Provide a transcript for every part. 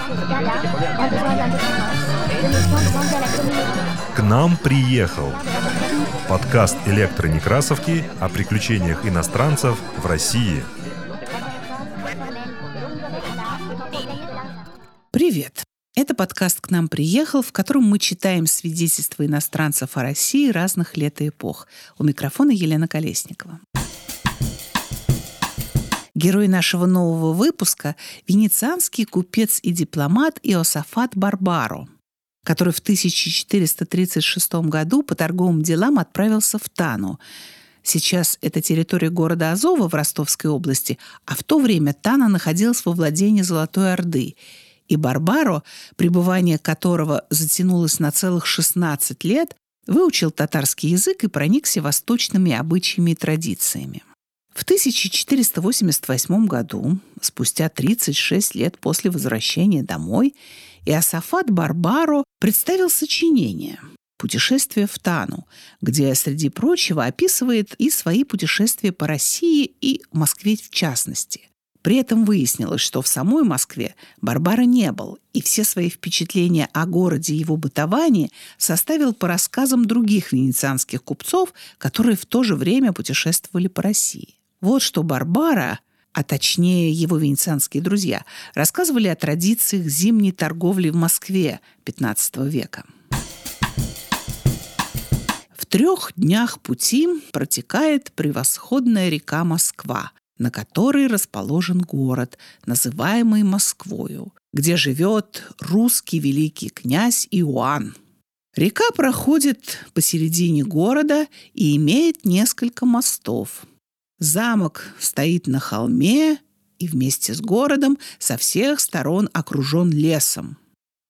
К нам приехал подкаст электронекрасовки о приключениях иностранцев в России. Привет! Это подкаст «К нам приехал», в котором мы читаем свидетельства иностранцев о России разных лет и эпох. У микрофона Елена Колесникова. Герой нашего нового выпуска – венецианский купец и дипломат Иосафат Барбаро, который в 1436 году по торговым делам отправился в Тану. Сейчас это территория города Азова в Ростовской области, а в то время Тана находилась во владении Золотой Орды. И Барбаро, пребывание которого затянулось на целых 16 лет, выучил татарский язык и проникся восточными обычаями и традициями. В 1488 году, спустя 36 лет после возвращения домой, Иосафат Барбаро представил сочинение «Путешествие в Тану», где, среди прочего, описывает и свои путешествия по России и Москве в частности. При этом выяснилось, что в самой Москве Барбаро не был, и все свои впечатления о городе и его бытовании составил по рассказам других венецианских купцов, которые в то же время путешествовали по России. Вот что Барбаро, а точнее его венецианские друзья, рассказывали о традициях зимней торговли в Москве XV века. В 3 днях пути протекает превосходная река Москва, на которой расположен город, называемый Москвою, где живет русский великий князь Иоанн. Река проходит посередине города и имеет несколько мостов. Замок стоит на холме и вместе с городом со всех сторон окружен лесом.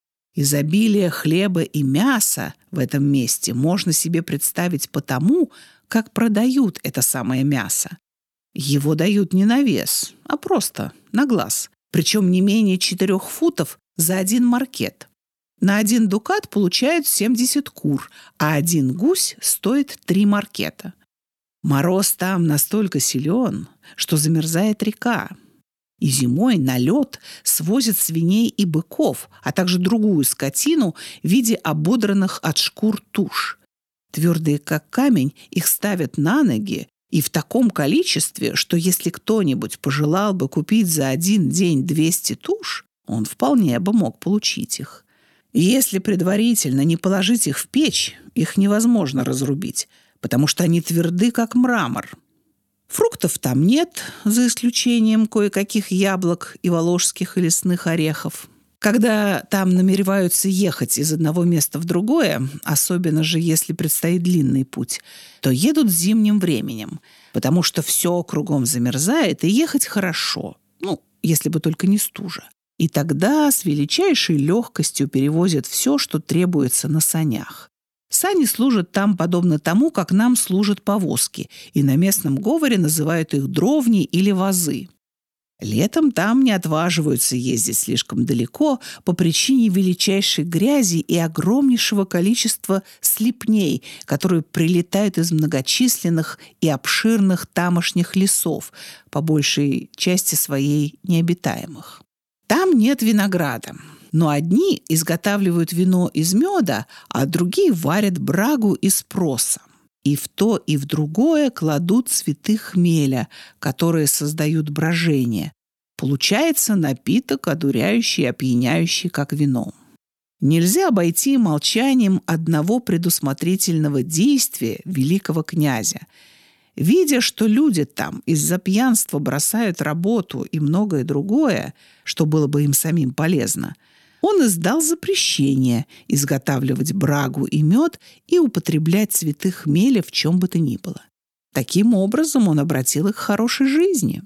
Изобилие хлеба и мяса в этом месте можно себе представить потому, как продают это самое мясо. Его дают не на вес, а просто на глаз. Причем не менее 4 футов за 1 маркет. На 1 дукат получают 70 кур, а 1 гусь стоит 3 маркета. Мороз там настолько силен, что замерзает река. И зимой на лед свозят свиней и быков, а также другую скотину в виде ободранных от шкур туш. Твердые как камень, их ставят на ноги, и в таком количестве, что если кто-нибудь пожелал бы купить за 1 день 200 туш, он вполне бы мог получить их. Если предварительно не положить их в печь, их невозможно разрубить, потому что они тверды, как мрамор. Фруктов там нет, за исключением кое-каких яблок и волжских и лесных орехов. Когда там намереваются ехать из одного места в другое, особенно же если предстоит длинный путь, то едут зимним временем, потому что все кругом замерзает, и ехать хорошо, если бы только не стужа. И тогда с величайшей легкостью перевозят все, что требуется на санях. Сани служат там подобно тому, как нам служат повозки, и на местном говоре называют их дровни или вазы. Летом там не отваживаются ездить слишком далеко по причине величайшей грязи и огромнейшего количества слепней, которые прилетают из многочисленных и обширных тамошних лесов, по большей части своей необитаемых. Там нет винограда, но одни изготавливают вино из меда, а другие варят брагу из проса. И в то, и в другое кладут цветы хмеля, которые создают брожение. Получается напиток, одуряющий и опьяняющий, как вино. Нельзя обойти молчанием одного предусмотрительного действия великого князя. Видя, что люди там из-за пьянства бросают работу и многое другое, что было бы им самим полезно, он издал запрещение изготавливать брагу и мед и употреблять цветы хмеля в чем бы то ни было. Таким образом он обратил их к хорошей жизни.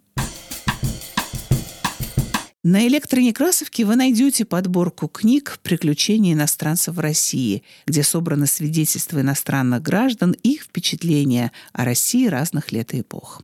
На электронекрасовке вы найдете подборку книг «Приключения иностранцев в России», где собраны свидетельства иностранных граждан и их впечатления о России разных лет и эпох.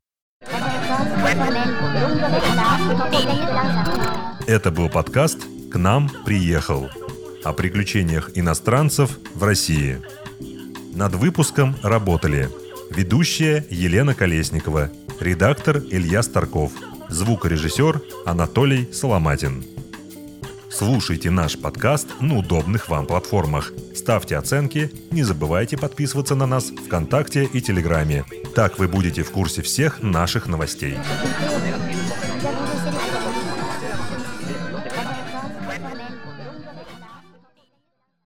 Это был подкаст «К нам приехал» о приключениях иностранцев в России. Над выпуском работали ведущая Елена Колесникова, редактор Илья Старков, звукорежиссер Анатолий Соломатин. Слушайте наш подкаст на удобных вам платформах. Ставьте оценки, не забывайте подписываться на нас ВКонтакте и Телеграме. Так вы будете в курсе всех наших новостей.